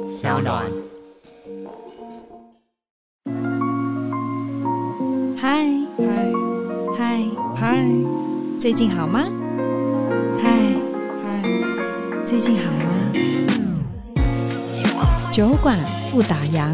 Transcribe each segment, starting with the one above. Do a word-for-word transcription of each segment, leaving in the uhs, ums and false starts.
小暖。 嗨嗨嗨， 嗨最近好吗？嗨嗨， 最近好吗？酒馆不打烊。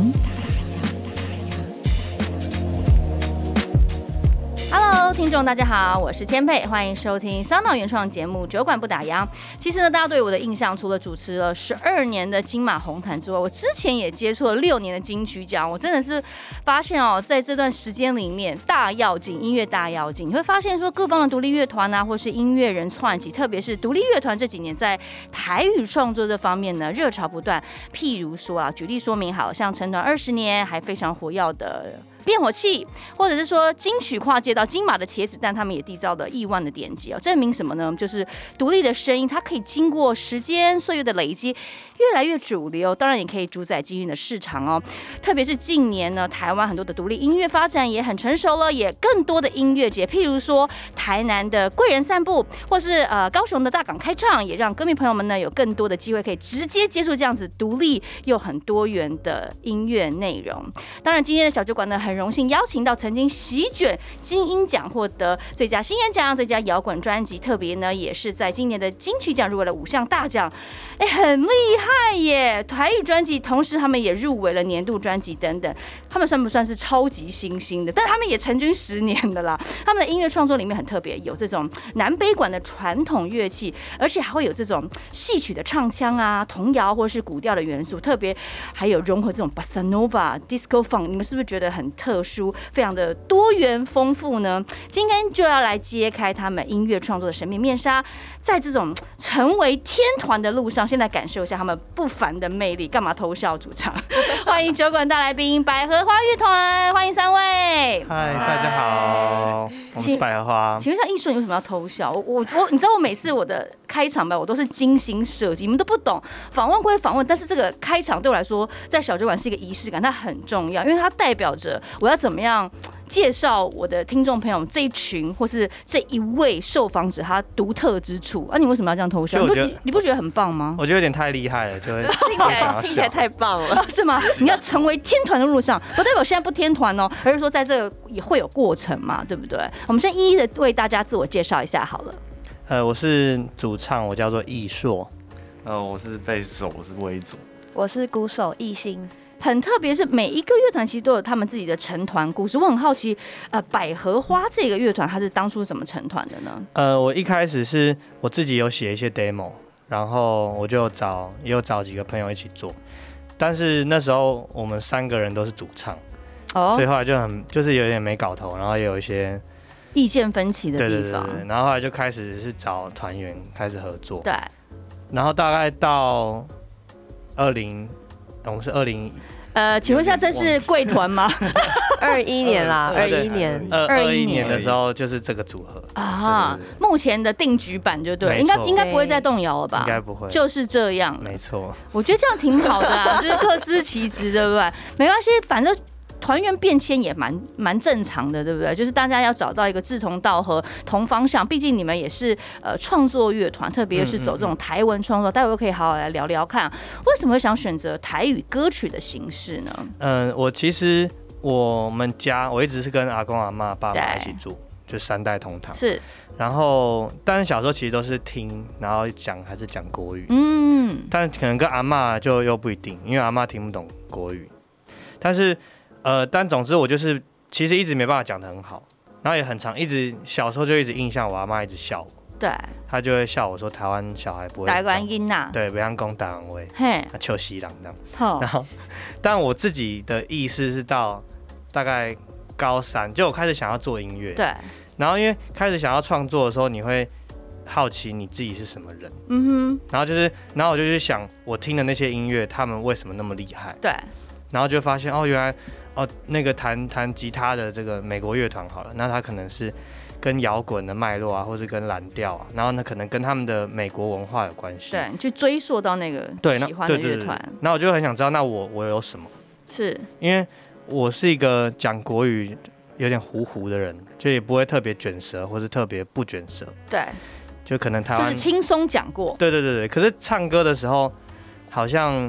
Hello， 听众大家好，我是千佩，欢迎收听桑脑原创节目《酒馆不打烊》。其实呢，大家对我的印象，除了主持了十二年的金马红毯之外，我之前也接触了六年的金曲奖。我真的是发现哦，在这段时间里面，大跃进，音乐大跃进，你会发现说各方的独立乐团啊，或是音乐人窜起，特别是独立乐团这几年在台语创作这方面呢，热潮不断。譬如说啊，举例说明好，像成团二十年还非常活跃的变火器，或者是说金曲跨界到金马的茄子蛋，他们也缔造了亿万的典籍哦。证明什么呢？就是独立的声音，它可以经过时间岁月的累积，越来越主流。当然，也可以主宰今日的市场哦。特别是近年呢，台湾很多的独立音乐发展也很成熟了，也更多的音乐节，譬如说台南的贵人散步，或是呃高雄的大港开唱，也让歌迷朋友们呢有更多的机会可以直接接触这样子独立又很多元的音乐内容。当然，今天的小酒馆呢，很荣幸邀请到曾经席卷金鹰奖获得最佳新人奖、最佳摇滚专辑，特别呢也是在今年的金曲奖入围了五项大奖，哎，很厉害耶！台语专辑，同时他们也入围了年度专辑等等，他们算不算是超级新星的？但他们也成军十年的啦。他们的音乐创作里面很特别，有这种南北管的传统乐器，而且还会有这种戏曲的唱腔啊、童谣或是古调的元素，特别还有融合这种 bossa nova、disco funk， 你们是不是觉得很特殊，非常的多元丰富呢？今天就要来揭开他们音乐创作的神秘面纱，在这种成为天团的路上，先来感受一下他们不凡的魅力。干嘛偷笑？主唱，欢迎酒馆大来宾百合花乐团，欢迎三位。 嗨，大家好，我们是百合花。 请问一下，艺术你为什么要偷笑？我我我，你知道我每次我的开场白我都是精心设计，你们都不懂。访问归访问，但是这个开场对我来说，在小酒馆是一个仪式感，它很重要，因为它代表着我要怎么样介绍我的听众朋友这一群或是这一位受访者他独特之处啊！你为什么要这样偷笑？你不, 你不觉得很棒吗？ 我觉得有点太厉害了，就会听起来听起来太棒了，啊、是吗？你要成为天团的路上，不代表现在不天团哦，而是说在这个也会有过程嘛，对不对？我们先一一的为大家自我介绍一下好了。 呃，我是主唱，我叫做易硕。 呃，我是贝斯手，我是威佐。 我是鼓手艺兴。 很特别，是每一个乐团其实都有他们自己的成团故事。我很好奇，呃，百合花这个乐团它是当初怎么成团的呢？ 呃，我一开始是我自己有写一些 demo， 然后我就找也有找几个朋友一起做，但是那时候我们三个人都是主唱，哦，所以后来就很就是有点没搞头，然后也有一些意见分歧的地方。 对对对对，然后后来就开始是找团员开始合作， 对， 然后大概到二零，我们是二零。 呃，请问一下，这是贵团吗？ 二一年啦，二一年， 二二一年的时候就是这个组合啊。目前的定局版就对，应该应该不会再动摇了吧？ 应该不会， 就是这样。 没错， 我觉得这样挺好的啊，就是各司其职，对不对？没关系，反正。团员变迁也蛮蛮正常的，对不对？就是大家要找到一个志同道合、同方向。毕竟你们也是呃创作乐团，特别是走这种台文创作，待会可以好好来聊聊看，为什么会想选择台语歌曲的形式呢？ 嗯，我其实我们家我一直是跟阿公阿嬷、爸爸一起住，就三代同堂。 是。然后，但是小时候其实都是听，然后讲还是讲国语。 嗯。但可能跟阿嬷就又不一定，因为阿嬷听不懂国语，但是。呃，但总之我就是其实一直没办法讲得很好，然后也很长，一直小时候就一直印象我阿嬷一直笑我， 对， 她就会笑我说台湾小孩不会台湾音呐， 对，不像讲台湾话， 嘿， 笑死人这样。然后，但我自己的意识是到大概高三，就我开始想要做音乐， 对， 然后因为开始想要创作的时候，你会好奇你自己是什么人，嗯哼，然后就是，然后我就去想我听的那些音乐，他们为什么那么厉害， 对， 然后就发现哦，原来。哦，那个弹弹吉他的这个美国乐团好了，那他可能是跟摇滚的脉络啊，或是跟蓝调啊，然后呢可能跟他们的美国文化有关系。 对，你去追溯到那个喜欢的乐团。 那我就很想知道，那我我有什么？ 是因为我是一个讲国语有点糊糊的人，就也不会特别卷舌，或是特别不卷舌。 对， 就可能台湾就是轻松讲过。 对对对对，可是唱歌的时候好像。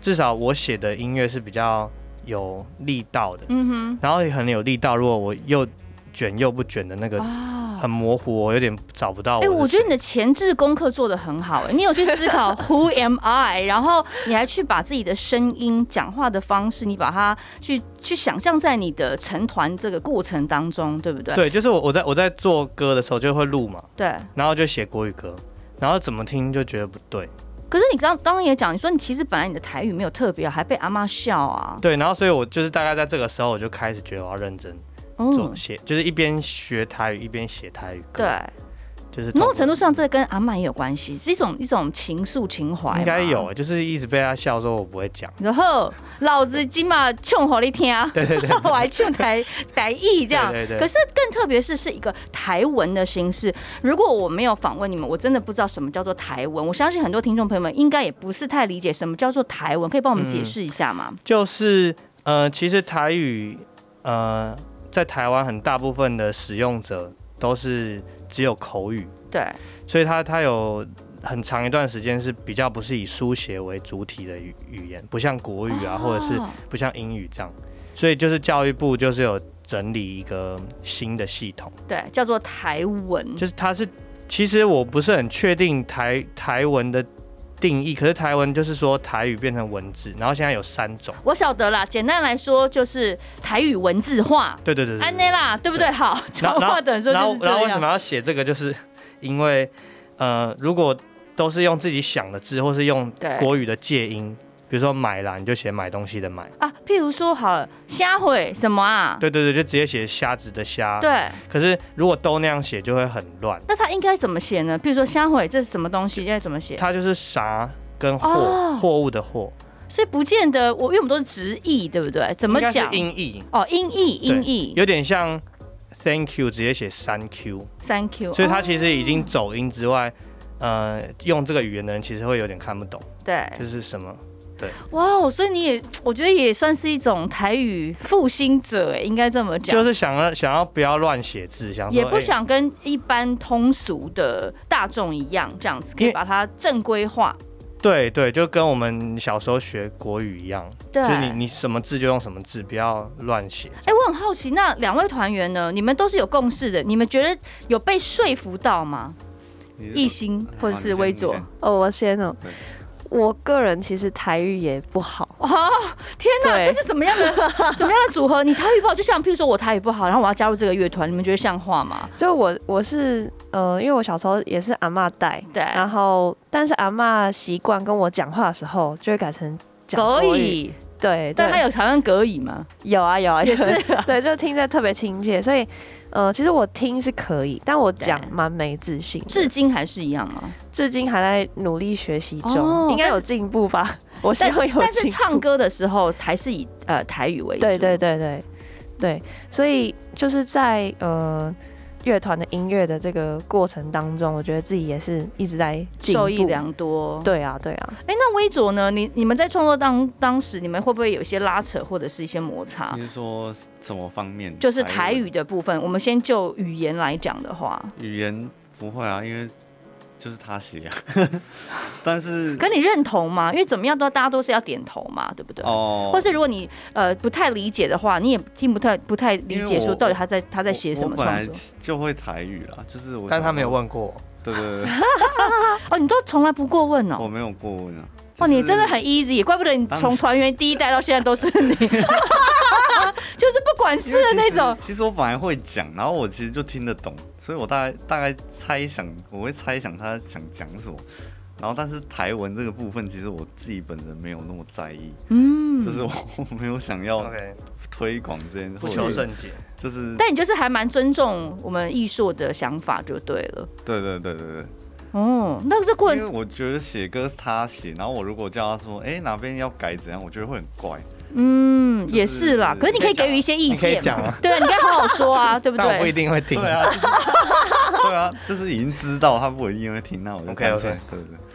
至少我写的音乐是比较有力道的， 嗯哼， 然后也很有力道。如果我又卷又不卷的那个很模糊，我有点找不到我。哎、 欸，我觉得你的前置功课做得很好、欸，你有去思考 Who am I， 然后你还去把自己的声音、讲话的方式，你把它去去想象在你的成团这个过程当中，对不对？ 对，就是我我在我在做歌的时候就会录嘛， 对， 然后就写国语歌，然后怎么听就觉得不对。 可是你刚刚刚也讲，你说你其实本来你的台语没有特别好，还被阿嬷笑啊。 对，然后所以我就是大概在这个时候我就开始觉得我要认真。做写就是一边学台语一边写台语歌， 对， 就是某种程度上这跟阿嬷也有关系，是一种一种情愫情怀。 应该有，就是一直被他笑说我不会讲， 然后老子今嘛唱给你听， 对对对， 我还唱台台语这样。 对对对。 可是更特别是是一个台文的形式。如果我没有访问你们，我真的不知道什么叫做台文。我相信很多听众朋友们应该也不是太理解什么叫做台文，可以帮我们解释一下吗？ 嗯、就是呃，其实台语呃。在台湾很大部分的使用者都是只有口语， 对， 所以它它有很长一段时间是比较不是以书写为主体的语语言，不像国语啊，哦、或者是不像英语这样，所以就是教育部就是有整理一个新的系统， 对，叫做台文， 就是它是其实我不是很确定台台文的定义，可是台文就是说台语变成文字，然后现在有三种。 我晓得啦，简单来说就是台语文字化。 对对对对， 安内啦，对不对？好，讲话的人说就是这样。 然后为什么要写这个？就是因为呃，如果都是用自己想的字，或是用国语的介音，比如说买啦，你就写买东西的买啊。譬如说好了，虾会什么啊？ 对对对，就直接写虾子的虾。 对。 可是如果都那样写，就会很乱。 那它应该怎么写呢？譬如说虾会这是什么东西？应该怎么写？ 它就是啥跟货，货、哦、物的货。 所以不见得我，因为我们都是直译，对不对？怎么讲？ 音译哦，音译音译， 有点像 Thank you 直接写 Thank you，Thank you， 所以它其实已经走音之外，呃，用这个语言的人其实会有点看不懂。 对， 就是什么？对， 哇，所以你也，我觉得也算是一种台语复兴者，哎，应该这么讲。 就是想要想要不要乱写字，想也不想跟一般通俗的大众一样，这样子可以把它正规化。 对对，就跟我们小时候学国语一样， 对， 就是你你什么字就用什么字，不要乱写。 哎、欸，我很好奇，那两位团员呢？你们都是有共识的，你们觉得有被说服到吗？艺兴或者是微佐？ 哦，我先哦。我个人其实台语也不好哦，天哪，这是什么样的什么样的组合？你台语不好，就像譬如说我台语不好，然后我要加入这个乐团，你们觉得像话吗？ 就我我是呃，因为我小时候也是阿嬷带，对，然后但是阿嬷习惯跟我讲话的时候，就会改成讲国语，对， 但他有台湾国语吗？ 有啊有啊， 也是、啊， 对，就听着特别亲切，所以。呃，其实我听是可以，但我讲蛮没自信。 至今还是一样吗？ 至今还在努力学习中，哦、应该有进步吧？我希望有进步。 但是唱歌的时候还是以呃台语为主。 对对对对对，所以就是在呃乐团的音乐的这个过程当中，我觉得自己也是一直在进步， 受益良多。 对啊对啊。 哎、欸，那微佐呢？你你们在创作当当时，你们会不会有一些拉扯或者是一些摩擦？ 你是说什么方面？ 就是台语的部分。我们先就语言来讲的话， 语言不会啊，因为就是他写啊。但是， 可你认同吗？因为怎么样都大家都是要点头嘛，对不对？哦。或是如果你呃不太理解的话，你也听不太不太理解，说到底他在他在写什么创作。 我本来就会台语啦，就是我。 但他没有问过。 对对对。 哦，你都从来不过问哦。 我没有过问啊。 就是、哦，你真的很 easy， 怪不得你从团员第一代到现在都是你，就是不管事的那种。 其实我本来会讲，然后我其实就听得懂，所以我大概大概猜想，我会猜想他想讲什么。然后，但是台文这个部分，其实我自己本人没有那么在意，嗯，就是我没有想要推广这件事， 不求甚解， 就是。 但你就是还蛮尊重我们艺硕的想法就对了。 对对对对对。 哦，那这过程， 因为我觉得写歌是他写，然后我如果叫他说，哎、欸，哪边要改怎样，我觉得会很怪。 嗯，就是、也是啦。可是你可以给予一些意见， 你可以讲啊， 对，你该好好说啊，对不对？ 但我不一定会听。 对啊，就是、对啊，就是已经知道他不一定会听，那我就 OK OK， 对对对。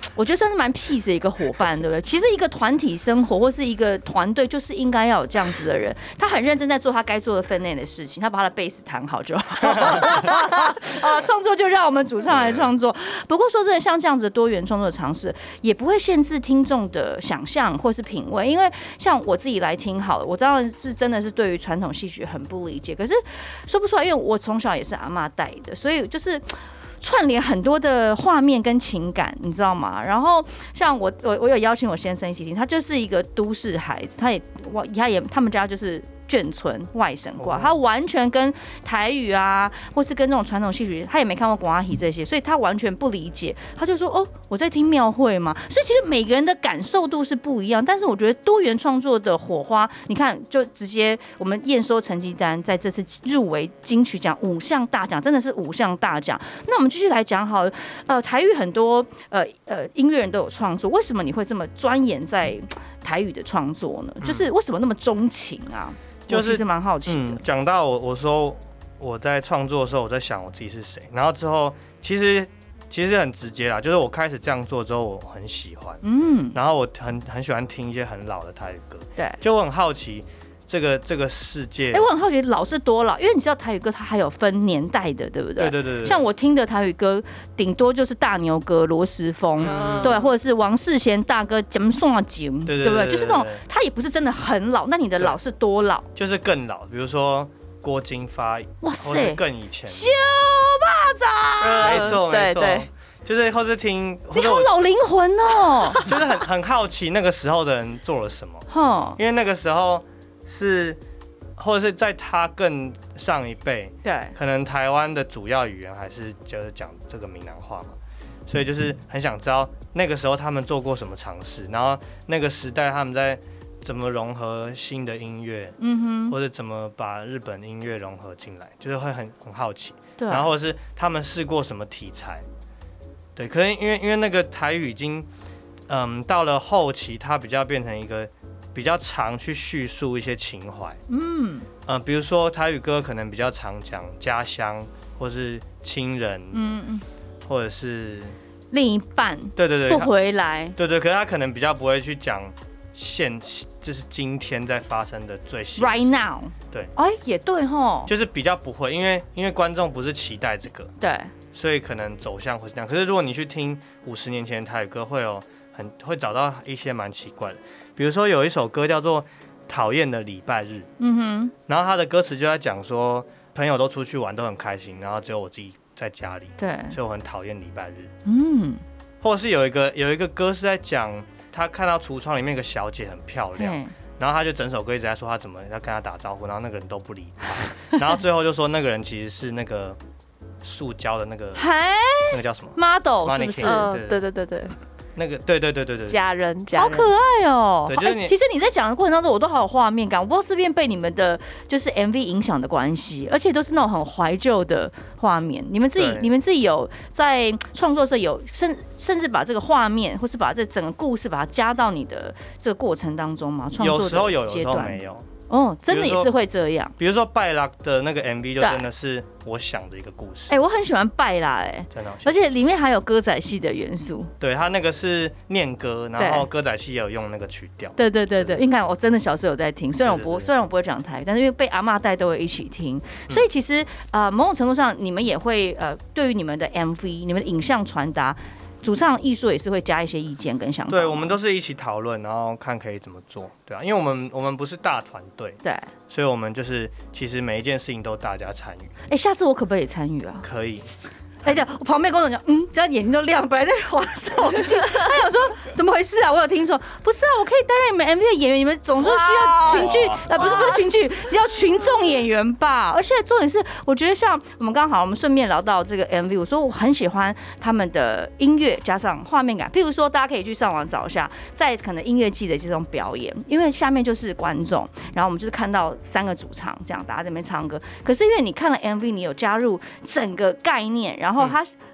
我觉得算是蛮 peace 的一个伙伴，对不对？其实一个团体生活或是一个团队，就是应该要有这样子的人，他很认真在做他该做的分内的事情，他把他的贝斯弹好就好。啊，创作就让我们主唱来创作。不过说真的，像这样子的多元创作的尝试，也不会限制听众的想象或是品味，因为像我自己来听好了，我当然是真的是对于传统戏曲很不理解，可是说不出来，因为我从小也是阿嬷带的，所以就是串联很多的画面跟情感，你知道吗？然后像我我我有邀请我先生一起听，他就是一个都市孩子，他也他也他们家就是眷村外省挂，他完全跟台语啊，或是跟这种传统戏曲，他也没看过广阿戏这些，所以他完全不理解。他就说：“哦，我在听庙会嘛。”所以其实每个人的感受度是不一样，但是我觉得多元创作的火花，你看，就直接我们验收成绩单，在这次入围金曲奖五项大奖，真的是五项大奖。那我们继续来讲好了，呃，台语很多呃呃音乐人都有创作，为什么你会这么钻研在台语的创作呢？就是为什么那么钟情啊？就是其实蛮好奇的。 讲、嗯、到我，我说我在创作的时候，我在想我自己是谁，然后之后其实其实很直接啦，就是我开始这样做之后，我很喜欢，嗯，然后我很很喜欢听一些很老的台语歌， 对， 就我很好奇这个这个世界。 哎、欸，我很好奇老是多老，因为你知道台语歌它还有分年代的，对不对？ 对对 对, 對。 像我听的台语歌，顶多就是大牛哥、罗时丰，嗯、对，或者是王世贤大哥怎么送啊景，对不对？就是那种他也不是真的很老，那你的老是多老？ 就是更老，比如说郭金发，哇塞，更以前。 小巴掌， 没错没错。就是或是听， 你好老灵魂哦！ 就是很很好奇那个时候的人做了什么，因为那个时候。是，或者是在他更上一辈，对，可能台湾的主要语言还是就是讲这个闽南话嘛，所以就是很想知道那个时候他们做过什么尝试，然后那个时代他们在怎么融合新的音乐，嗯哼，或者怎么把日本音乐融合进来，就是会很很好奇，对，然后或者是他们试过什么题材，对，可能因为因为那个台语已经，嗯，到了后期它比较变成一个。比较常去叙述一些情怀，嗯，呃，比如说台语歌可能比较常讲家乡，或是亲人，嗯嗯，或者是另一半， 对对对， 不回来， 对对，可是他可能比较不会去讲现，就是今天在发生的最新 ，right now， 对， 哎、欸，也对齁， 就是比较不会，因为因为观众不是期待这个， 对， 所以可能走向会是这样。可是如果你去听五十年前的台语歌，会有很会找到一些蛮奇怪的。比如说有一首歌叫做《讨厌的礼拜日》，嗯哼，然后他的歌词就在讲说，朋友都出去玩都很开心，然后只有我自己在家里，对，所以我很讨厌礼拜日，嗯，或者是有一个有一个歌是在讲他看到橱窗里面有个小姐很漂亮，然后他就整首歌一直在说他怎么要跟他打招呼，然后那个人都不理他，然后最后就说那个人其实是那个塑胶的那个，那个叫什么 model 是不是？ 嗯，对对对对。 那个对对对对对， 家人家人好可爱哦、喔！ 对，就是你、欸。 其实你在讲的过程当中，我都好有画面感。我不知道是不是被你们的就是 M V 影响的关系，而且都是那种很怀旧的画面。你们自己你们自己有在创作的时候有甚甚至把这个画面，或是把这整个故事把它加到你的这个过程当中吗？创作的阶段有时候有，有时候没有。 哦，真的也是会这样。 比如说拜拉的那个 M V 就真的是我想的一个故事。 哎、欸，我很喜欢拜拉，哎，真的，而且里面还有歌仔戏的元素。 对，他那个是念歌，然后歌仔戏也有用那个曲调。 对对对对，应该我真的小时候有在听，虽然我不对对对虽然我不会讲台语，但是因为被阿嬷带都会一起听，所以其实啊、呃，某种程度上你们也会呃，对于你们的 M V、你们的影像传达。主唱艺术也是会加一些意见跟想法， 对，我们都是一起讨论，然后看可以怎么做，对啊，因为我们我们不是大团队， 对， 所以我们就是其实每一件事情都大家参与。 哎、欸，下次我可不可以参与啊？ 可以。 哎、欸，我旁边工作人员讲，嗯，这样眼睛都亮，本来在滑手机，他想说怎么回事啊？我有听错，不是啊，我可以担任你们 M V 的演员，你们总是需要群剧，啊，不是不是群剧，要群众演员吧？而且重点是，我觉得像我们刚好我们顺便聊到这个 M V， 我说我很喜欢他们的音乐加上画面感，譬如说大家可以去上网找一下，在可能音乐季的这种表演，因为下面就是观众，然后我们就是看到三个主唱这样大家在那边唱歌，可是因为你看了 M V， 你有加入整个概念，然后然后它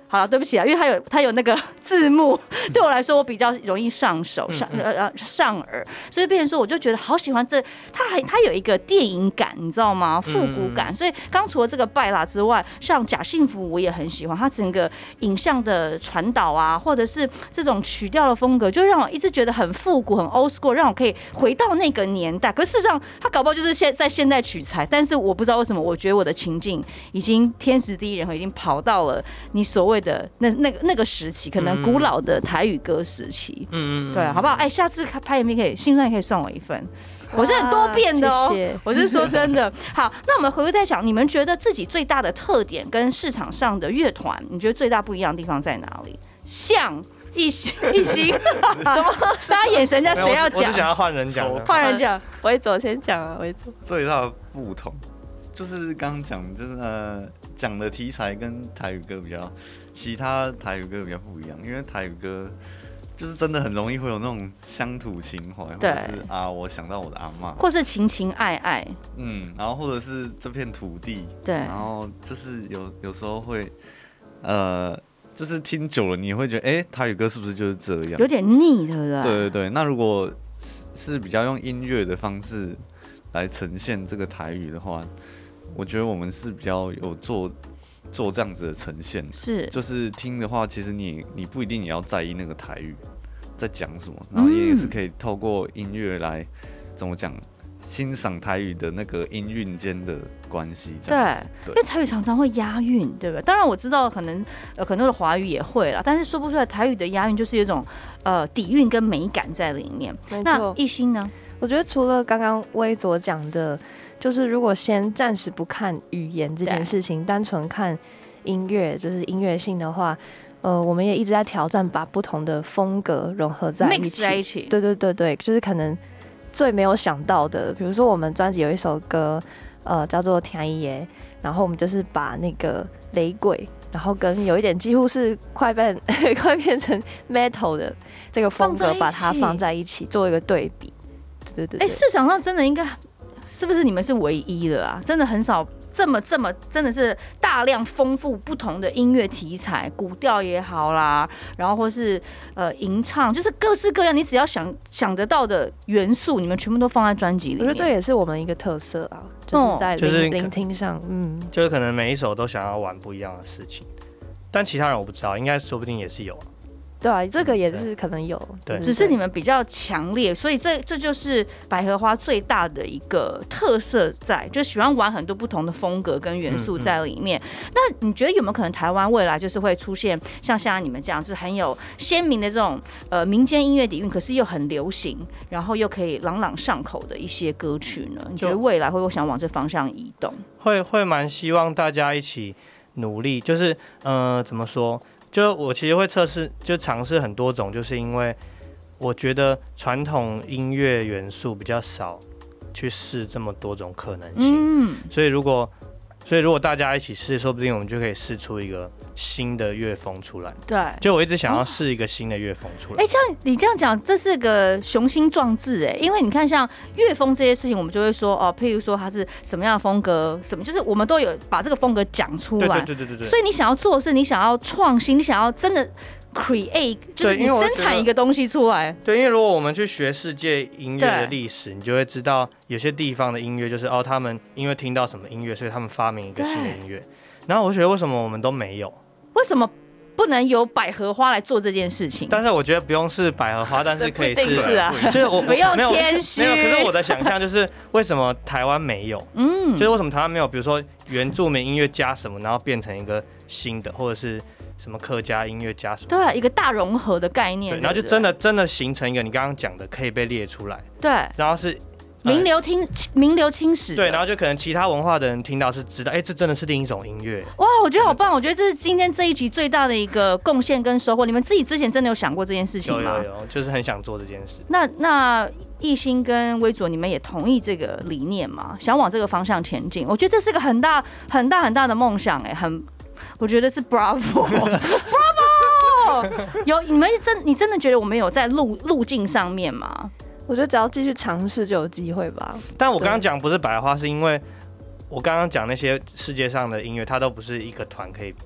好了，对不起啊，因为它有它有那个字幕，对我来说我比较容易上手上呃呃上耳，所以变成说我就觉得好喜欢这，它还它有一个电影感，你知道吗？复古感。嗯、所以刚除了这个拜啦之外，像假幸福我也很喜欢，它整个影像的传导啊，或者是这种曲调的风格，就让我一直觉得很复古、很 old school， 让我可以回到那个年代。可是事实上，它搞不好就是现在现代取材，但是我不知道为什么，我觉得我的情境已经天时地利人和，已经跑到了你所谓的那那个那个时期，可能古老的台语歌时期，嗯，对，好不好？哎，下次拍影片可以，信上可以送我一份。我是很多变的哦，謝謝我是说真的。好，那我们回头再想，你们觉得自己最大的特点跟市场上的乐团，你觉得最大不一样的地方在哪里？像一星一星什么？大家眼神叫谁要讲？ 我是想要换人讲的， 换人讲。 维佐先讲啊，维佐。 最大的不同就是刚刚讲，就是呃讲的题材跟台语歌比较，其他台语歌比较不一样，因为台语歌。就是真的很容易会有那种乡土情怀，或者是啊，我想到我的阿嬷， 或是情情爱爱， 嗯，然后或者是这片土地， 对， 然后就是有有时候会，呃，就是听久了你会觉得，哎、欸，台语歌是不是就是这样？ 有点腻，对不对？ 对对对，那如果是比较用音乐的方式来呈现这个台语的话，我觉得我们是比较有做。做这样子的呈现， 是就是听的话，其实你你不一定也要在意那个台语在讲什么，然后也是可以透过音乐来怎么讲，欣赏台语的那个音韵间的关系。 对，因为台语常常会押韵，对不对？当然我知道可能呃很多的华语也会啦，但是说不出来台语的押韵就是有一种呃底蕴跟美感在里面。 没错。 那一心呢？ 我觉得除了刚刚威佐讲的。就是如果先暂时不看语言这件事情，单纯看音乐，就是音乐性的话，呃，我们也一直在挑战把不同的风格融合在一起。 mix 在一起。 对对对对，就是可能最没有想到的，比如说我们专辑有一首歌，呃，叫做《天一耶》，然后我们就是把那个雷鬼，然后跟有一点几乎是快变快变成 metal 的这个风格，把它放在一起做一个对比。对对对。 哎、欸，市场上真的应该。是不是你们是唯一的啊？真的很少这么这么真的是大量丰富不同的音乐题材，古调也好啦，然后或是呃吟唱，就是各式各样，你只要想想得到的元素，你们全部都放在专辑里面。 我觉得这也是我们一个特色啊，就是在聆聆听上，嗯， 就是可能每一首都想要玩不一样的事情，但其他人我不知道，应该说不定也是有。 对啊，这个也是可能有， 对， 只是你们比较强烈，所以这这就是百合花最大的一个特色在，就喜欢玩很多不同的风格跟元素在里面。嗯嗯、那你觉得有没有可能台湾未来就是会出现像现在你们这样，就是很有鲜明的这种呃民间音乐底蕴，可是又很流行，然后又可以朗朗上口的一些歌曲呢？你觉得未来会不会想往这方向移动？ 会会蛮希望大家一起努力，就是呃怎么说？就我其实会测试，就尝试很多种，就是因为我觉得传统音乐元素比较少去试这么多种可能性，嗯，所以如果所以如果大家一起试，说不定我们就可以试出一个新的乐风出来。 对， 就我一直想要试一个新的乐风出来。 哎、欸，这样你这样讲，这是个雄心壮志哎，因为你看像乐风这些事情，我们就会说哦，譬如说它是什么样的风格，什么就是我们都有把这个风格讲出来。 对对对对对。 所以你想要做的是，你想要创新，你想要真的。create 就是你生产一个东西出来。 对，因为如果我们去学世界音乐的历史，你就会知道有些地方的音乐就是哦，他们因为听到什么音乐，所以他们发明一个新的音乐。然后我觉得为什么我们都没有？ 为什么不能由百合花来做这件事情？ 但是我觉得不用是百合花，但是可以是， 是啊， 就是我不用谦虚。 没有，可是我的想象就是为什么台湾没有？嗯，就是为什么台湾没有？比如说原住民音乐加什么，然后变成一个新的，或者是。什么客家音乐加什么？ 对、啊，一个大融合的概念。 对，然后就真的真的形成一个你刚刚讲的可以被列出来。 对， 然后是、 呃、名流听名流青史。 对，然后就可能其他文化的人听到是知道，哎、欸，这真的是另一种音乐。 哇，我觉得好棒！我觉得这是今天这一集最大的一个贡献跟收获。你们自己之前真的有想过这件事情吗？ 有有有，就是很想做这件事。 那那艺兴跟威佐，你们也同意这个理念吗？想往这个方向前进？我觉得这是个很大很大很大的梦想，哎，很。我觉得是 bravo，bravo， 有你们真你真的觉得我们有在路路径上面吗？ 我觉得只要继续尝试就有机会吧。 但我刚刚讲不是百合花，是因为我刚刚讲那些世界上的音乐，它都不是一个团可以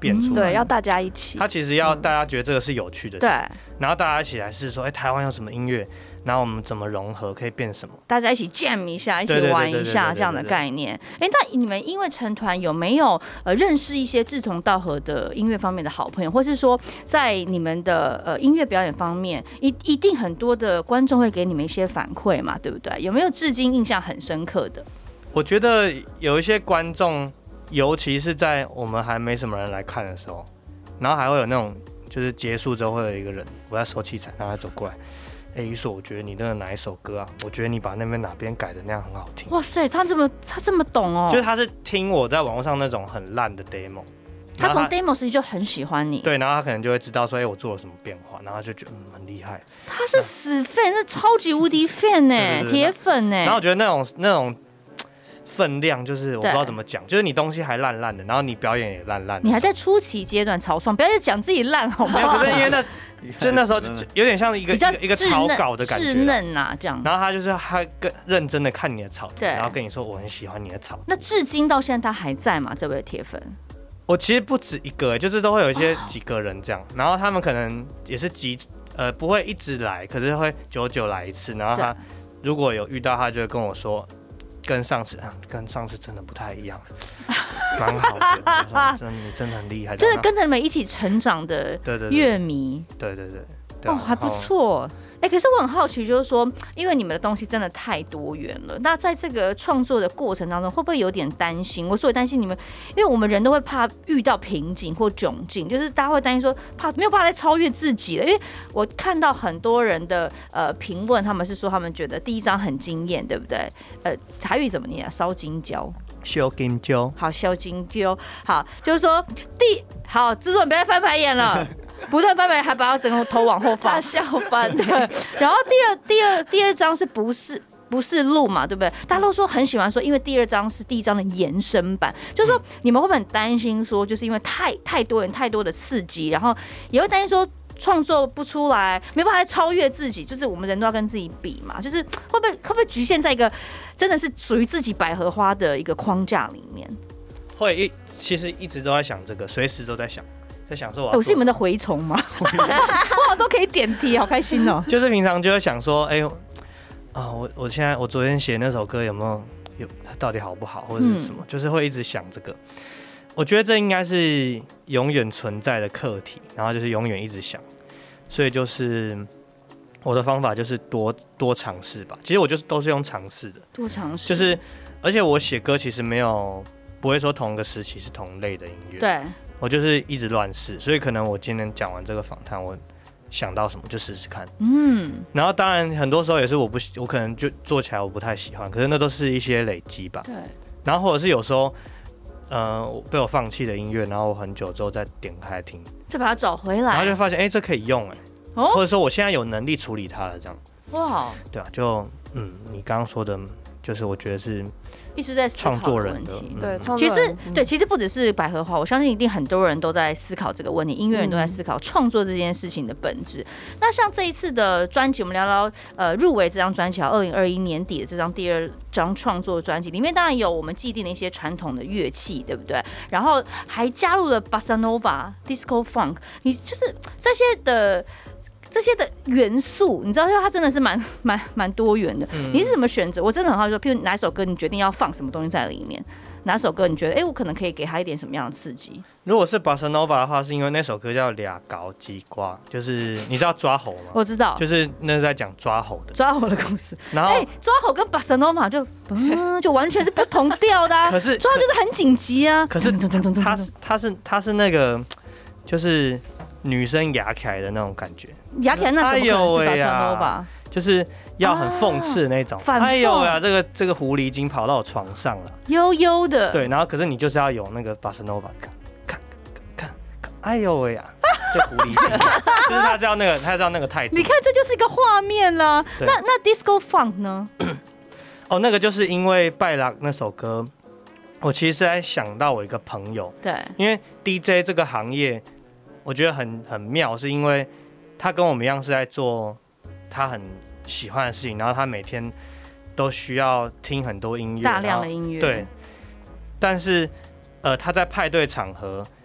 变出来、嗯， 对，要大家一起。 他其实要大家觉得这个是有趣的事， 对、嗯， 然后大家一起来试说，哎、欸，台湾有什么音乐，然后我们怎么融合，可以变什么？ 大家一起 jam 一下，一起玩一下这样的概念。哎，那你们因为成团有没有呃认识一些志同道合的音乐方面的好朋友，或是说在你们的呃音乐表演方面，一一定很多的观众会给你们一些反馈嘛，对不对？有没有至今印象很深刻的？ 我觉得有一些观众，尤其是在我们还没什么人来看的时候，然后还会有那种，就是结束之后会有一个人，我在收器材，然后他走过来，哎、欸，一说我觉得你那个哪一首歌啊？我觉得你把那边哪边改的那样很好听。 哇塞，他这么他这么懂哦， 就是他是听我在网络上那种很烂的 demo， 他从 demo 时就很喜欢你， 对，然后他可能就会知道说，哎、欸，我做了什么变化，然后他就觉得嗯很厉害。 他是死 fan， 那超级无敌 fan 哎，铁粉哎。 然后我觉得那种那种。分量就是我不知道怎么讲，就是你东西还烂烂的，然后你表演也烂烂的， 你还在初期阶段草创，不要再讲自己烂好吗？ 没有，可是因为那就那时候就有点像一个一个一个草稿的感觉， 稚嫩啊这样。 然后他就是他更认真的看你的草， 对， 然后跟你说我很喜欢你的草。 那至今到现在他还在吗？这位铁粉？ 我其实不止一个，就是都会有一些几个人这样，然后他们可能也是几呃不会一直来，可是会久久来一次，然后他如果有遇到他就会跟我说。跟上次，跟上次真的不太一样，蛮好的。真的，你真的很厉害。 真的跟着你们一起成长的乐迷， 对对 对, 对, 对， 哦，还不错。哎、欸，可是我很好奇，就是说，因为你们的东西真的太多元了，那在这个创作的过程当中，会不会有点担心？我所以担心你们，因为我们人都会怕遇到瓶颈或窘境，就是大家会担心说，怕没有办法再超越自己了。因为我看到很多人的呃评论，他们是说他们觉得第一张很惊艳，对不对？呃，台语怎么念啊？烧金椒。 烧金椒。 好，烧金椒。好，就是说第好，制作人不要再翻白眼了。不断翻白眼，还把我整个头往后放， 笑翻。 然后第二、第二、第二张是不是不是录嘛？对不对？大家都说很喜欢说，因为第二张是第一张的延伸版，就是说你们会不会很担心说，就是因为太太多人、太多的刺激，然后也会担心说创作不出来，没办法超越自己，就是我们人都要跟自己比嘛，就是会不会会不会局限在一个真的是属于自己百合花的一个框架里面？ 会一其实一直都在想这个，随时都在想。在想说我， 我是你们的蛔虫吗？哇，都可以点题，好开心哦！ 就是平常就会想说，哎、欸、啊，我我现在我昨天写那首歌有没有有它到底好不好，或者是什么，嗯、就是会一直想这个。我觉得这应该是永远存在的课题，然后就是永远一直想，所以就是我的方法就是多多尝试吧。其实我就是都是用尝试的， 多尝试。 就是而且我写歌其实没有不会说同个时期是同类的音乐， 对。 我就是一直乱试，所以可能我今天讲完这个访谈，我想到什么就试试看。嗯，然后当然很多时候也是我不，我可能就做起来我不太喜欢，可是那都是一些累积吧。 对。 然后或者是有时候，呃，被我放弃的音乐，然后我很久之后再点开听， 再把它找回来， 然后就发现，哎、欸，这可以用哎、欸，哦、或者说我现在有能力处理它了，这样。哇。对啊，就嗯，你刚刚说的，就是我觉得是。 一直在思考的问题， 对， 其实对，其实不只是百合花，我相信一定很多人都在思考这个问题，音乐人都在思考创作这件事情的本质。那像这一次的专辑，我们聊聊呃入围这张专辑，二零二一年底的这张第二张创作专辑，里面当然有我们既定的一些传统的乐器，对不对？然后还加入了 Bossa Nova、Disco Funk， 你就是这些的。这些的元素，你知道，它真的是蛮蛮蛮多元的。嗯、你是怎么选择？我真的很好奇说，譬如哪一首歌，你决定要放什么东西在里面？哪首歌你觉得，哎、欸，我可能可以给他一点什么样的刺激？ 如果是 Bossa Nova 的话，是因为那首歌叫《俩搞鸡瓜》，就是你知道抓猴吗？ 我知道， 就是那是在讲抓猴的抓猴的故事。 然后，哎、 欸，抓猴跟 Bossa Nova 就嗯，就完全是不同调的、啊。 可是抓猴就是很紧急啊。 可是它是它是它是那个就是女生牙起来的那种感觉。 牙起来那怎么可能是 Bossa Nova？就是要很讽刺的那种， 啊、 哎呦呀，这个这个狐狸已经跑到我床上了， 悠悠的。 对，然后可是你就是要有那个 Bossa Nova， 看看看看，哎呦喂呀，这狐狸精，就是他知道那个，他知道那个态度。 你看，这就是一个画面啦。那那 Disco Funk 呢？ 哦，那个就是因为拜拉那首歌，我其实是在想到我一个朋友， 对， 因为 D J 这个行业，我觉得很很妙，是因为他跟我们一样是在做他很喜欢的事情，然后他每天都需要听很多音乐， 大量的音乐， 对。但是，呃，他在派对场合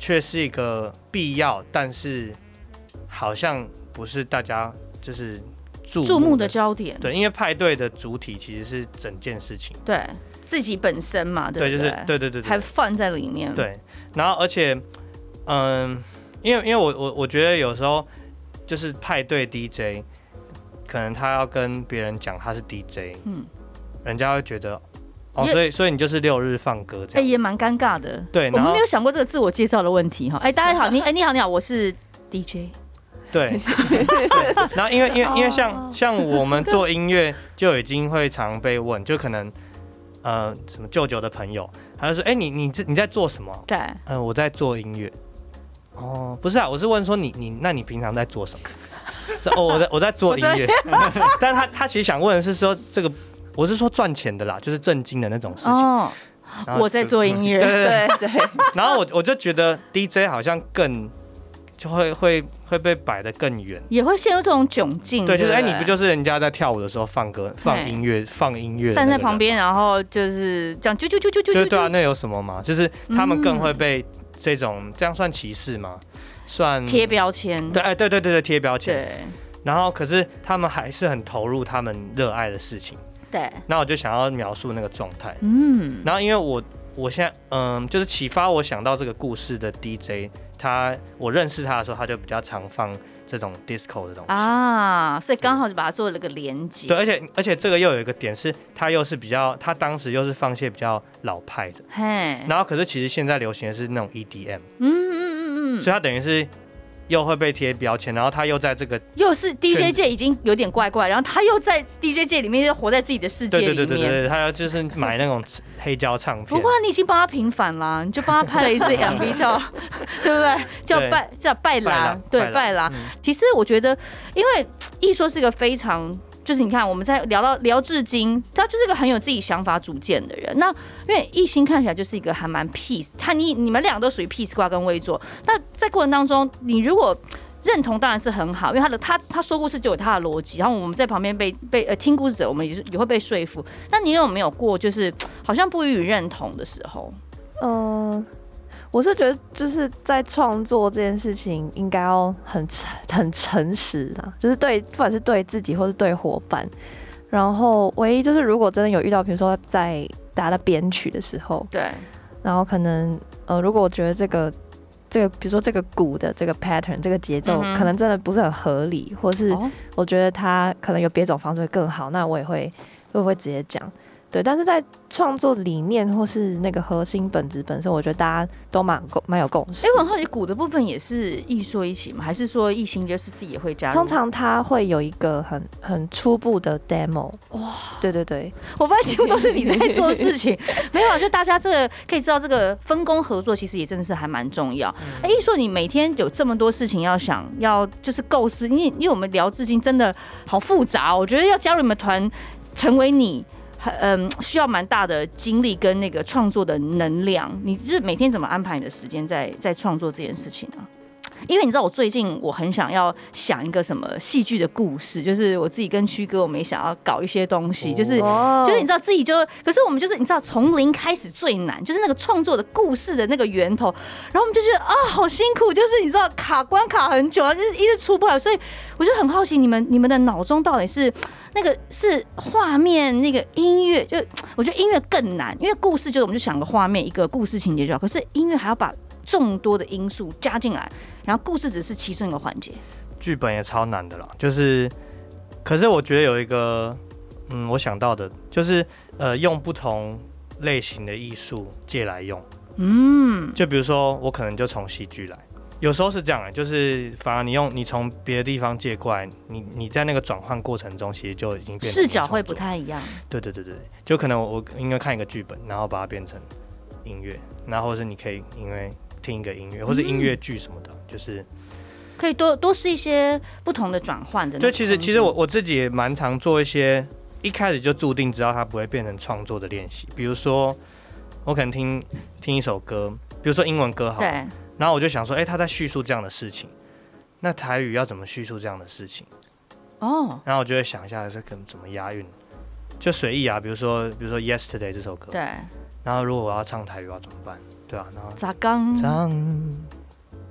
却是一个必要，但是好像不是大家就是注注目的焦点。 对，因为派对的主体其实是整件事情， 对自己本身嘛，对不对？ 对，就是对对对对， 还放在里面。 对，然后而且，嗯，因为因为我我我觉得有时候就是派对 D J， 可能他要跟别人讲他是 D J， 嗯，人家会觉得。哦，所以所以你就是六日放歌这样， 哎、欸，也蛮尴尬的。 对， 我们没有想过这个自我介绍的问题哈。哎、欸，大家好，你哎、欸、你好你好，我是 D J。 对，对，然后因为因为因为像像我们做音乐就已经会常被问，就可能呃什么舅舅的朋友，他就说，哎、欸、你你你在做什么？ 对， 嗯、呃，我在做音乐。哦，不是啊，我是问说你你那你平常在做什么？哦，我在我在做音乐，但是他他其实想问的是说这个。我是说赚钱的啦，就是正经的那种事情。哦， 我在做音乐，对对对。 然后我我就觉得 D J 好像更就会会会被摆得更远， 也会陷入这种窘境。 对，就是哎、欸，你不就是人家在跳舞的时候放歌、放音乐、放音乐， 站在旁边，然后就是这样啾啾啾啾啾。 对对啊，那有什么嘛？就是他们更会被这种、嗯、这样算歧视吗？算贴标签。 对，哎，对对对对，贴标签。 对。 然后可是他们还是很投入他们热爱的事情。 对， 那我就想要描述那个状态，嗯，然后因为我我现在嗯，就是启发我想到这个故事的 D J， 他我认识他的时候，他就比较常放这种 disco 的东西啊，所以刚好就把它做了个连接。 对，而且而且这个又有一个点是，他又是比较，他当时又是放一些比较老派的，嘿，然后可是其实现在流行的是那种 E D M， 嗯嗯嗯嗯，所以他等于是。又会被贴标签，然后他又在这个又是 D J 界已经有点怪怪，然后他又在 D J 界里面又活在自己的世界里面。 对对对对对，他要就是买那种黑胶唱片。 不过你已经帮他平反啦，你就帮他拍了一支 M V 叫，对不对？叫拜叫拜拉，对拜拉。嗯、其实我觉得，因为艺说是一个非常。就是你看，我们在聊到聊至今，他就是一个很有自己想法主见的人。那因为艺兴看起来就是一个还蛮 peace， 他你你们两个都属于 peace 瓜跟微作。那在过程当中，你如果认同当然是很好，因为他的他他说故事就有他的逻辑，然后我们在旁边被被呃听故事者，我们也是也会被说服。那你有没有过就是好像不予认同的时候？ 嗯、呃。我是觉得就是在创作这件事情应该要很很诚实啊，就是对不管是对自己或是对伙伴，然后唯一就是如果真的有遇到，比如说在大家的编曲的时候， 对， 然后可能呃如果我觉得这个这个比如说这个鼓的这个 pattern 这个节奏可能真的不是很合理，或是我觉得它可能有别种方式会更好，那我也会我也会直接讲。对，但是在创作理念或是那个核心本质本身，我觉得大家都蛮蛮有共识。 哎、欸，我很好奇，鼓的部分也是艺说一起吗？还是说艺兴就是自己也会加入？ 通常他会有一个很很初步的 demo。哇，对对对， 我发现几乎都是你在做事情。没有，就大家这个可以知道，这个分工合作其实也真的是还蛮重要。哎、嗯，艺说你每天有这么多事情要想，要就是构思，因为因为我们聊至今真的好复杂、哦，我觉得要加入你们团，成为你。嗯，需要蛮大的精力跟那个创作的能量。你就是每天怎么安排你的时间在在创作这件事情啊？因为你知道，我最近我很想要想一个什么戏剧的故事，就是我自己跟曲哥，我们也想要搞一些东西，就是、oh. 就是你知道自己就，可是我们就是你知道从零开始最难，就是那个创作的故事的那个源头，然后我们就觉得啊好辛苦，就是你知道卡关卡很久啊，就是一直出不来，所以我就很好奇你们你们的脑中到底是那个是画面那个音乐，就我觉得音乐更难，因为故事就是我们就想个画面一个故事情节就好，可是音乐还要把众多的因素加进来。然后故事只是其中一个环节， 剧本也超难的啦。就是，可是我觉得有一个，嗯，我想到的就是，呃，用不同类型的艺术借来用。嗯，就比如说我可能就从戏剧来，有时候是这样的，就是反而你用你从别的地方借过来，你你在那个转换过程中，其实就已经变成视角会不太一样。 对对对对，就可能我应该看一个剧本，然后把它变成音乐，然后或是你可以因为。听一个音乐，或是音乐剧什么的，嗯、就是可以多多试一些不同的转换的。 对，其实其实我我自己也蛮常做一些，一开始就注定知道它不会变成创作的练习。比如说，我可能听听一首歌，比如说英文歌好，对，然后我就想说，哎、欸，他在叙述这样的事情，那台语要怎么叙述这样的事情？哦，然后我就会想一下，这可能怎么押韵，就随意啊。比如说，比如说《Yesterday》这首歌， 对。 然后如果我要唱台语要怎么办？对啊，然后咋讲？ 唱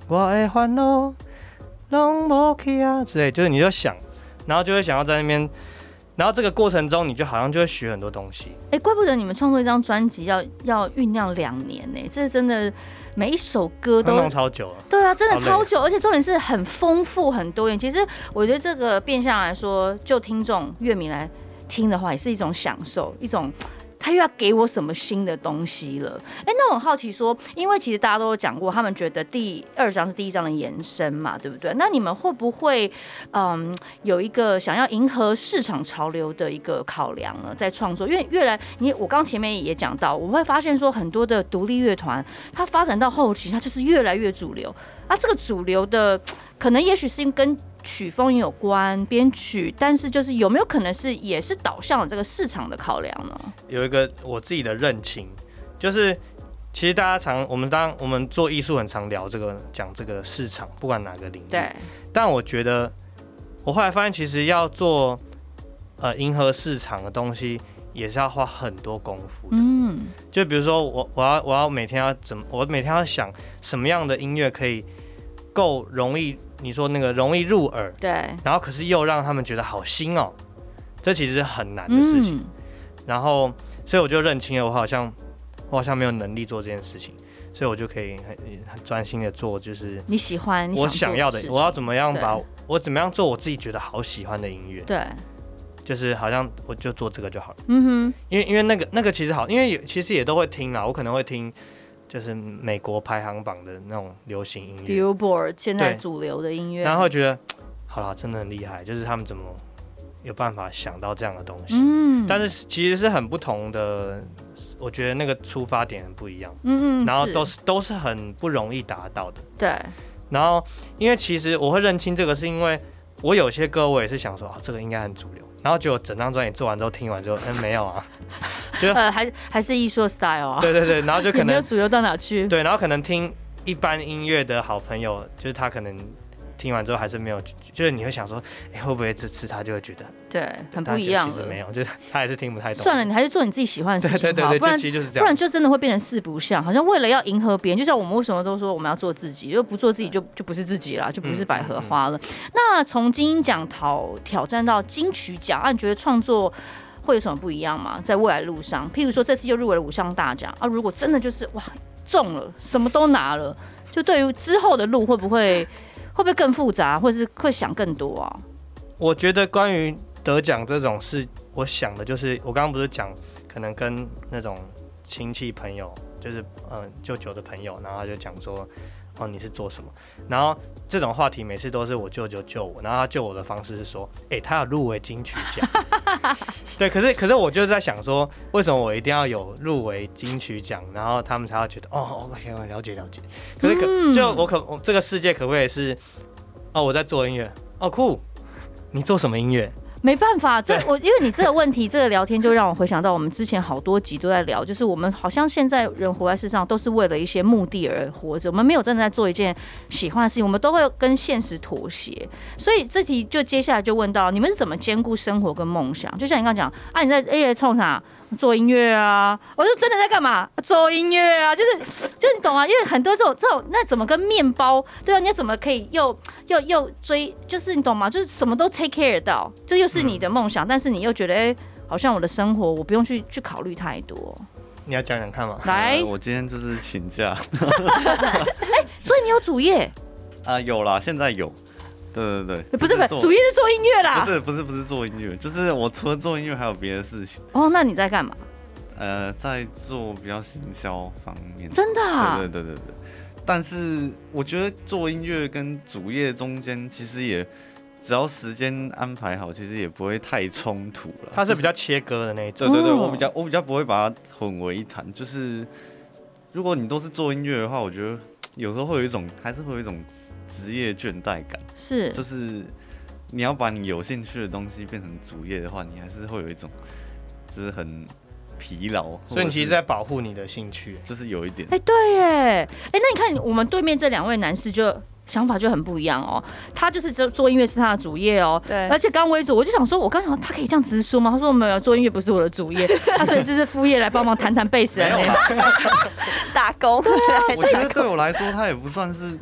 我的烦恼拢无去啊之类，就是你就想，然后就会想要在那边，然后这个过程中你就好像就会学很多东西。 哎、欸，怪不得你们创作一张专辑要要酝酿两年呢、欸，这真的每一首歌都弄超久了。 对啊，真的超久，而且重点是很丰富很多元。其实我觉得这个变相来说，就听众乐迷来听的话，也是一种享受，一种。他又要给我什么新的东西了？哎、欸，那我很好奇说，因为其实大家都有讲过，他们觉得第二章是第一章的延伸嘛，对不对？那你们会不会嗯有一个想要迎合市场潮流的一个考量呢？在创作，因为越来你我刚前面也讲到，我会发现说很多的独立乐团，它发展到后期，它就是越来越主流。啊，这个主流的可能也许是跟曲风也有关，编曲，但是就是有没有可能是也是导向了这个市场的考量呢？ 有一个我自己的认清，就是其实大家常我们当我们做艺术很常聊这个讲这个市场，不管哪个领域。 对。 但我觉得我后来发现，其实要做呃迎合市场的东西，也是要花很多功夫的。嗯。就比如说我我要我要每天要怎么，我每天要想什么样的音乐可以够容易。你说那个容易入耳， 对， 然后可是又让他们觉得好新哦，这其实是很难的事情。嗯、然后，所以我就认清了，我好像我好像没有能力做这件事情，所以我就可以很很专心的做，就是你喜欢我想要的，我要怎么样把我怎么样做我自己觉得好喜欢的音乐， 对， 就是好像我就做这个就好了。嗯哼，因为因为那个那个其实好，因为其实也都会听啦，我可能会听。就是美国排行榜的那种流行音乐 ，Billboard 现在主流的音乐， 然后会觉得，好啦，真的很厉害，就是他们怎么有办法想到这样的东西。嗯，但是其实是很不同的，我觉得那个出发点很不一样。嗯嗯，然后都是都是很不容易达到的。 对。然后，因为其实我会认清这个，是因为我有些歌我也是想说，啊，这个应该很主流。然后结果整张专辑做完之后，听完之后，嗯，没有啊， 就呃，还还是艺术 style 啊。 对对对，然后就可能没有主流到哪去。 对，然后可能听一般音乐的好朋友，就是他可能听完之后还是没有，就是你会想说，哎，会不会这次他就会觉得对很不一样？ 其实没有，就是他还是听不太懂。 算了，你还是做你自己喜欢的事情好， 对对对对， 不然其实就是这样， 不然就真的会变成四不像，好像为了要迎合别人，就像我们为什么都说我们要做自己，如果不做自己就就不是自己啦，就不是百合花了。嗯嗯嗯、那从金鹰奖挑挑战到金曲奖，啊，你觉得创作会有什么不一样吗？在未来路上，譬如说这次又入围了五项大奖啊，如果真的就是哇中了，什么都拿了，就对于之后的路会不会会不会更复杂，或者是会想更多啊？ 我觉得关于得奖这种事，我想的就是我刚刚不是讲，可能跟那种亲戚朋友，就是呃舅舅的朋友，然后他就讲说，哦你是做什么？然后这种话题每次都是我舅舅救我，然后他救我的方式是说，哎、欸、他有入围金曲奖，对，可是可是我就在想说，为什么我一定要有入围金曲奖，然后他们才会觉得哦 OK 我了解了解，可是可、嗯、就我可我这个世界可不可以是，哦我在做音乐，哦酷。你做什么音乐？ 没办法，这我因为你这个问题，这个聊天就让我回想到我们之前好多集都在聊，就是我们好像现在人活在世上都是为了一些目的而活着，我们没有真的在做一件喜欢的事情，我们都会跟现实妥协。所以这题就接下来就问到，你们是怎么兼顾生活跟梦想？就像你刚刚讲啊，你在 A A 冲啥？做音乐啊，我说真的在干嘛？做音乐啊，就是就是你懂啊，因为很多这种这种，那怎么跟面包对啊？你怎么可以又又又追？就是你懂吗？就是什么都 take care 到，这又是你的梦想，嗯、但是你又觉得哎、欸，好像我的生活我不用去去考虑太多。 你要讲讲看吗？ 来、 呃，我今天就是请假。 哎、欸，所以你有主业啊、呃？有啦，现在有。对对对， 不是不是，主业是做音乐啦。 不是不是不是做音乐，就是我除了做音乐还有别的事情。 哦，那你在干嘛？ 呃，在做比较行销方面。 真的、啊？ 对对对对对。但是我觉得做音乐跟主业中间其实也，只要时间安排好，其实也不会太冲突了。 它是比较切割的那一种。 对对对，我比较我比较不会把它混为一谈。就是如果你都是做音乐的话，我觉得有时候会有一种，还是会有一种。职业倦怠感是， 就是你要把你有兴趣的东西变成主业的话，你还是会有一种就是很疲劳， 所以你其实在保护你的兴趣， 就是有一点。 哎、欸，对耶，哎、欸，那你看我们对面这两位男士就想法就很不一样哦。他就是做音乐是他的主业哦， 对。 而且刚为主，我就想说，我刚想他可以这样直说吗？他说没有，做音乐不是我的主业，他所以这是副业来帮忙弹弹贝斯的那种打工。对啊， 我觉得对我来说，他也不算是。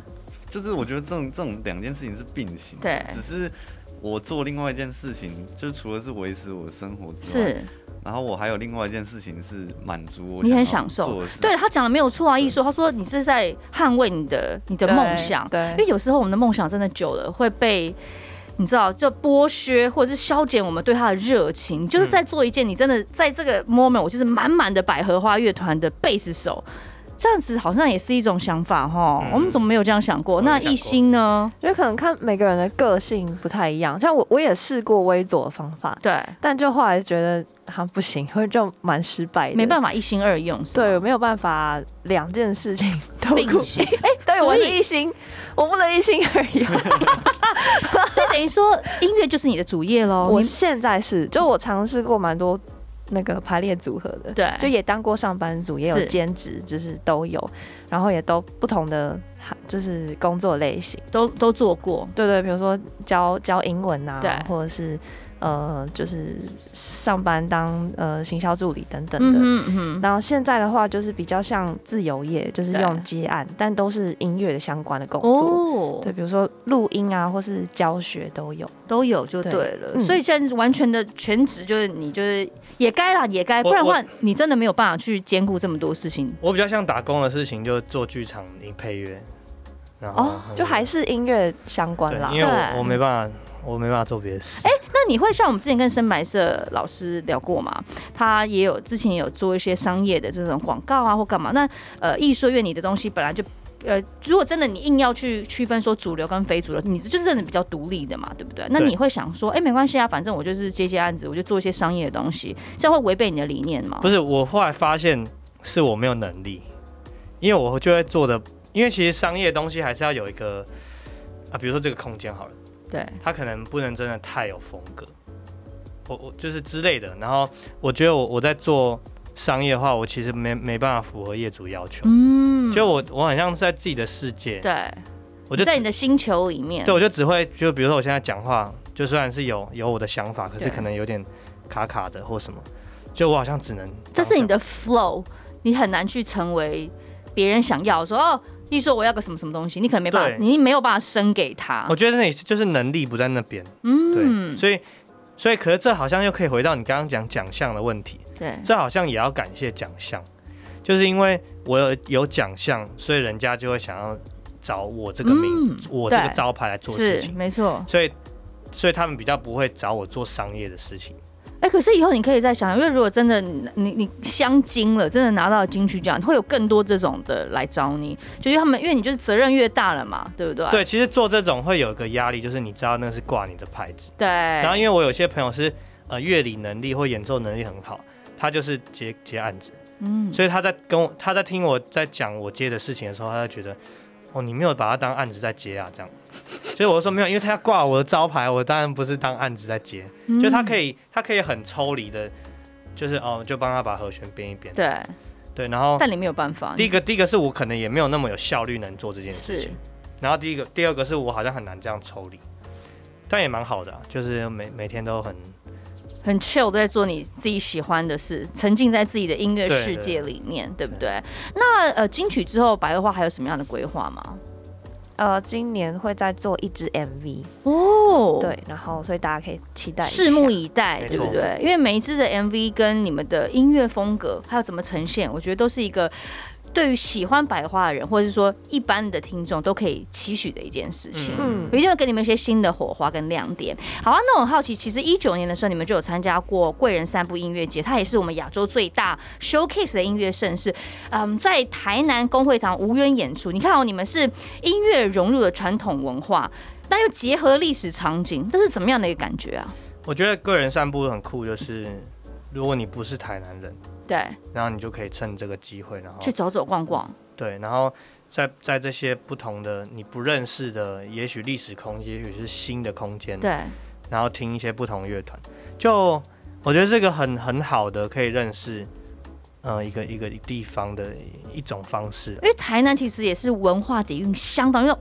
就是我觉得这种这种两件事情是并行的， 对， 只是我做另外一件事情，就是除了是维持我的生活之外， 是。 然后我还有另外一件事情是满足我， 你很享受。对，他讲的没有错啊，艺术，他说你是在捍卫你的你的梦想， 对， 因为有时候我们的梦想真的久了会被。你知道，就剥削或者是消减我们对他的热情，就是在做一件你真的在这个 moment， 我就是满满的百合花乐团的贝斯手，这样子好像也是一种想法哈。嗯、我们怎么没有这样想过？那一心呢？ 就可能看每个人的个性不太一样，像我我也试过微左的方法， 对， 但就后来觉得他不行，或者就蛮失败的， 没办法一心二用，是吗？ 对，没有办法两件事情都并行。 哎、欸，对，我是一心，我不能一心二用。 所以等于说，音乐就是你的主业喽。 我现在是，就我尝试过蛮多那个排列组合的， 对， 就也当过上班族，也有兼职，就是都有，然后也都不同的就是工作类型都都做过。 对对，比如说教教英文啊，对，或者是。呃，就是上班当呃行销助理等等的，嗯嗯，然后现在的话就是比较像自由业，就是用接案，但都是音乐的相关的工作，哦，对，比如说录音啊，或是教学都有， 都有就对了。对，嗯，所以现在完全的全职就是你就是也该啦，也该，不然的话你真的没有办法去兼顾这么多事情。 我比较像打工的事情，就做剧场音配乐，然后、哦、 就还是音乐相关啦， 因为我我没办法。我没办法做别的事。 哎、欸，那你会像我们之前跟深白色老师聊过吗？他也有之前也有做一些商业的这种广告啊，或干嘛？那呃，艺术院你的东西本来就呃，如果真的你硬要去区分说主流跟非主流，你就是真的比较独立的嘛，对不对？那你会想说，哎、欸，没关系啊，反正我就是接接案子，我就做一些商业的东西，这样会违背你的理念吗？ 不是，我后来发现是我没有能力，因为我就会做的，因为其实商业的东西还是要有一个啊，比如说这个空间好了。 对， 他可能不能真的太有风格，我我就是之类的。然后我觉得我我在做商业的话，我其实没没办法符合业主要求。嗯，就我我好像是在自己的世界， 对， 我就在你的星球里面。 对，我就只会就比如说我现在讲话，就虽然是有有我的想法，可是可能有点卡卡的或什么，就我好像只能这是你的 flow， 你很难去成为别人想要说哦。例如说我要个什么什么东西，你可能没办法，你没有办法生给他。 我觉得那就是能力不在那边，嗯，对，所以所以可是这好像又可以回到你刚刚讲奖项的问题， 对， 这好像也要感谢奖项，就是因为我有有奖项，所以人家就会想要找我这个名，嗯、我这个招牌来做事情， 没错， 所以所以他们比较不会找我做商业的事情。 哎、欸，可是以后你可以再想，因为如果真的你你镶金了，真的拿到金曲奖，会有更多这种的来找你，就因为他们因为你就是责任越大了嘛，对不对？ 对，其实做这种会有一个压力，就是你知道那是挂你的牌子。 对。 然后因为我有些朋友是呃乐理能力或演奏能力很好，他就是接接案子，嗯，所以他在跟我他在听我在讲我接的事情的时候，他就觉得哦你没有把它当案子在接啊这样。所以我就说没有，因为他要挂我的招牌，我当然不是当案子在接，嗯、就他可以，他可以很抽离的，就是哦，就帮他把和弦编一编。 对， 对，然后但你没有办法。 第一个，第一个是我可能也没有那么有效率能做这件事情。然后第一个，第二个是我好像很难这样抽离，但也蛮好的、啊，就是每每天都很很 chill 在做你自己喜欢的事，沉浸在自己的音乐世界里面， 对, 对, 对不对？那呃，金曲之后，百合花还有什么样的规划吗？ 呃，今年会再做一支 M V 哦， 对，然后所以大家可以期待一下， 拭目以待，对不对？因为每一支的 M V 跟你们的音乐风格还有怎么呈现，我觉得都是一个对于喜欢百花的人，或者是说一般的听众都可以期许的一件事情。嗯，我一定会给你们一些新的火花跟亮点。好啊，那我很好奇，其实一九年的时候你们就有参加过贵人散步音乐节，它也是我们亚洲最大 showcase 的音乐盛事。嗯，在台南公会堂无缘演出，你看哦，你们是音乐融入了传统文化，但又结合历史场景，这是怎么样的一个感觉啊？ 我觉得贵人散步很酷，就是如果你不是台南人。 对， 然后你就可以趁这个机会，然后去走走逛逛。 对，然后在在这些不同的你不认识的，也许历史空间，也许是新的空间， 对， 然后听一些不同乐团，就我觉得这个很很好的可以认识，呃，一个一个地方的一种方式。 因为台南其实也是文化底蕴相当，因为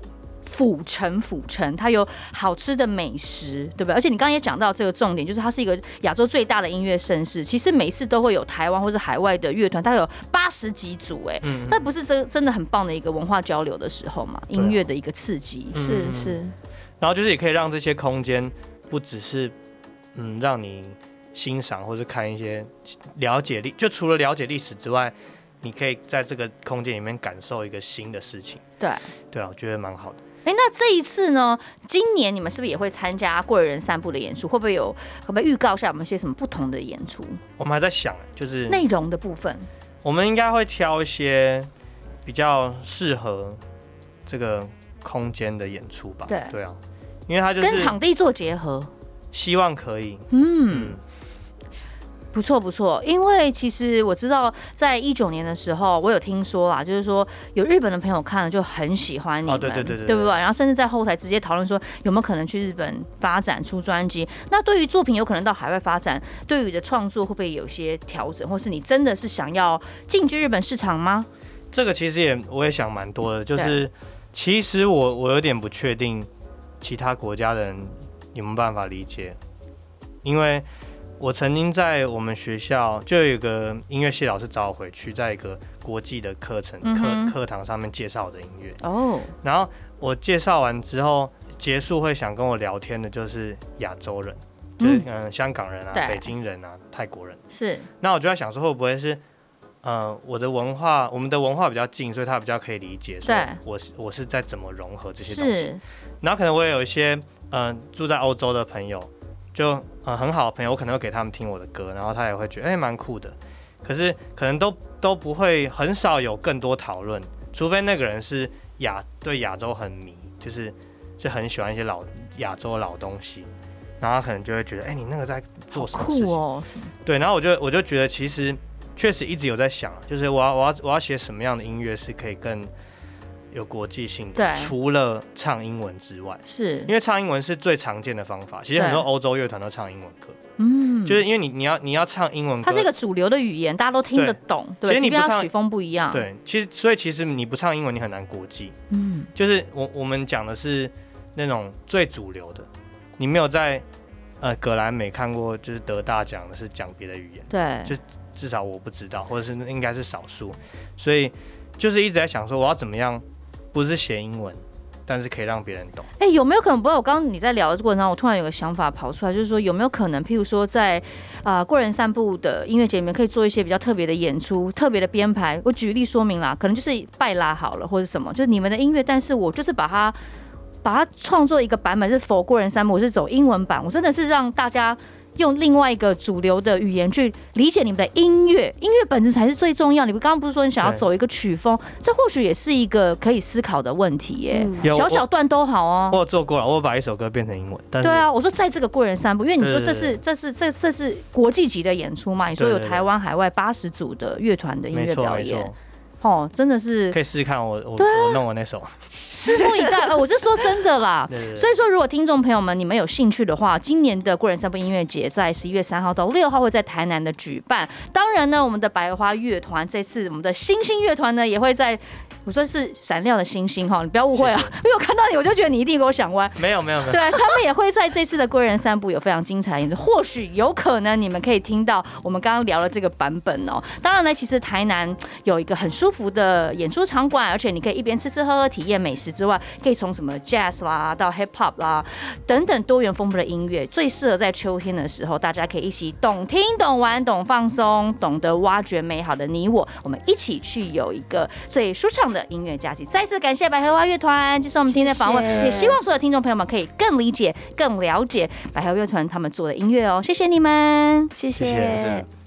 府城，府城它有好吃的美食，对不对？而且你刚刚也讲到这个重点，就是它是一个亚洲最大的音乐盛事。其实每一次都会有台湾或是海外的乐团，它有八十几组，哎、嗯，这不是真真的很棒的一个文化交流的时候嘛？音乐的一个刺激， 啊、是是。 然后就是也可以让这些空间不只是嗯让你欣赏或者看一些了解历，就除了了解历史之外，你可以在这个空间里面感受一个新的事情。对，对啊，我觉得蛮好的。 哎，那这一次呢？今年你们是不是也会参加过人散步的演出？会不会有？可不可以预告一下我们一些什么不同的演出？ 我们还在想，就是内容的部分， 我们应该会挑一些比较适合这个空间的演出吧。对，对啊，因为它就是跟场地做结合， 希望可以。 嗯。嗯不错不错，因为其实我知道，在一九年的时候，我有听说啦，就是说有日本的朋友看了就很喜欢你们，哦、对对对 对, 对不对？然后甚至在后台直接讨论说有没有可能去日本发展出专辑。那对于作品有可能到海外发展，对于你的创作会不会有些调整，或是你真的是想要进军日本市场吗？ 这个其实也我也想蛮多的，就是其实我我有点不确定其他国家的人有没有办法理解，因为。我曾经在我们学校就有一个音乐系老师找我回去，在一个国际的课程课课堂上面介绍我的音乐。哦，然后我介绍完之后结束会想跟我聊天的就是亚洲人，就是嗯、呃、香港人啊、北京人啊、泰国人。是。那我就在想说会不会是呃我的文化，我们的文化比较近，所以他比较可以理解说我是我是在怎么融合这些东西。然后可能我也有一些嗯、呃、住在欧洲的朋友。就、呃、很好的朋友，我可能会给他们听我的歌，然后他也会觉得哎蛮、欸、酷的。可是可能都都不会，很少有更多讨论，除非那个人是亚对亚洲很迷，就是就很喜欢一些老亚洲的老东西，然后他可能就会觉得哎、欸、你那个在做什么事情？酷哦。对，然后我就我就觉得其实确实一直有在想，就是我要我要我要写什么样的音乐是可以更。有国际性的，除了唱英文之外，是因为唱英文是最常见的方法。其实很多欧洲乐团都唱英文歌，嗯，就是因为你你要你要唱英文歌， 它是一个主流的语言，大家都听得懂，对，其实你不唱曲风不一样， 对，其实所以其实你不唱英文，你很难国际，嗯，就是我我们讲的是那种最主流的，你没有在呃葛莱美看过，就是得大奖的是讲别的语言，对，就至少我不知道，或者是应该是少数，所以就是一直在想说我要怎么样。不是写英文，但是可以让别人懂。 哎、欸，有没有可能？不过我刚刚你在聊的过程中，我突然有个想法跑出来，就是说有没有可能，譬如说在啊、呃、过人散步的音乐节里面，可以做一些比较特别的演出、特别的编排。我举例说明啦，可能就是拜拉好了，或者什么，就是你们的音乐，但是我就是把它把它创作一个版本是否过人散步，我是走英文版，我真的是让大家。用另外一个主流的语言去理解你们的音乐，音乐本质才是最重要。你们刚刚不是说你想要走一个曲风，这或许也是一个可以思考的问题耶。嗯、小小段都好哦。 我有做过了，我有把一首歌变成英文。但是对啊，我说在这个过人散步，因为你说这是这是这这是国际级的演出嘛？你说有台湾海外八十组的乐团的音乐表演。哦，真的是可以试试看我，我我我弄我那首， 拭目以待。呃，我是说真的啦。对对对，所以说，如果听众朋友们你们有兴趣的话，今年的过人散步音乐节在十一月三号到六号会在台南的举办。当然呢，我们的百合花乐团这次我们的星星乐团呢也会在。我说是闪亮的星星哈，你不要误会啊！因为我看到你，我就觉得你一定给我想歪。 没有没有没有。 对，他们也会在这次的归人散步有非常精彩的演出，或许有可能你们可以听到我们刚刚聊的这个版本哦。当然呢，其实台南有一个很舒服的演出场馆，而且你可以一边吃吃喝喝体验美食之外，可以从什么 jazz 啦到 hip hop 啦等等多元丰富的音乐，最适合在秋天的时候，大家可以一起懂听、懂玩、懂放松，懂得挖掘美好的你我，我们一起去有一个最舒畅的音乐假期。再次感谢百合花乐团接受我们今天的访问，也希望所有听众朋友们可以更理解、更了解百合乐团他们做的音乐哦。谢谢你们， 谢谢。谢谢。